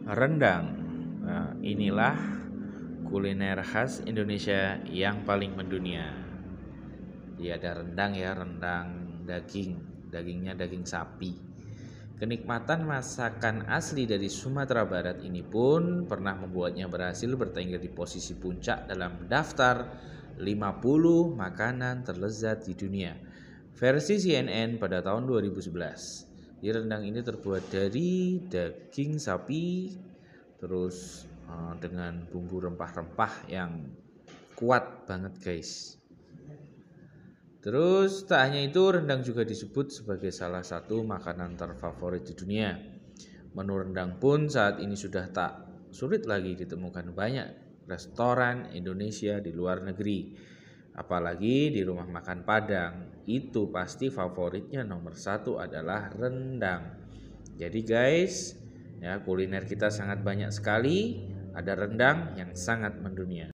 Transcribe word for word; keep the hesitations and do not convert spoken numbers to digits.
Rendang. Nah, inilah kuliner khas Indonesia yang paling mendunia. Dia ada rendang ya, rendang daging, dagingnya daging sapi. Kenikmatan masakan asli dari Sumatera Barat ini pun pernah membuatnya berhasil bertengger di posisi puncak dalam daftar lima puluh makanan terlezat di dunia versi C N N pada tahun dua ribu sebelas. Di rendang ini terbuat dari daging sapi, terus uh, dengan bumbu rempah-rempah yang kuat banget guys. Terus tak hanya itu, rendang juga disebut sebagai salah satu makanan terfavorit di dunia. Menu rendang pun saat ini sudah tak sulit lagi ditemukan banyak restoran Indonesia di luar negeri. Apalagi di rumah makan Padang, itu pasti favoritnya nomor satu adalah rendang. Jadi guys, ya kuliner kita sangat banyak sekali, ada rendang yang sangat mendunia.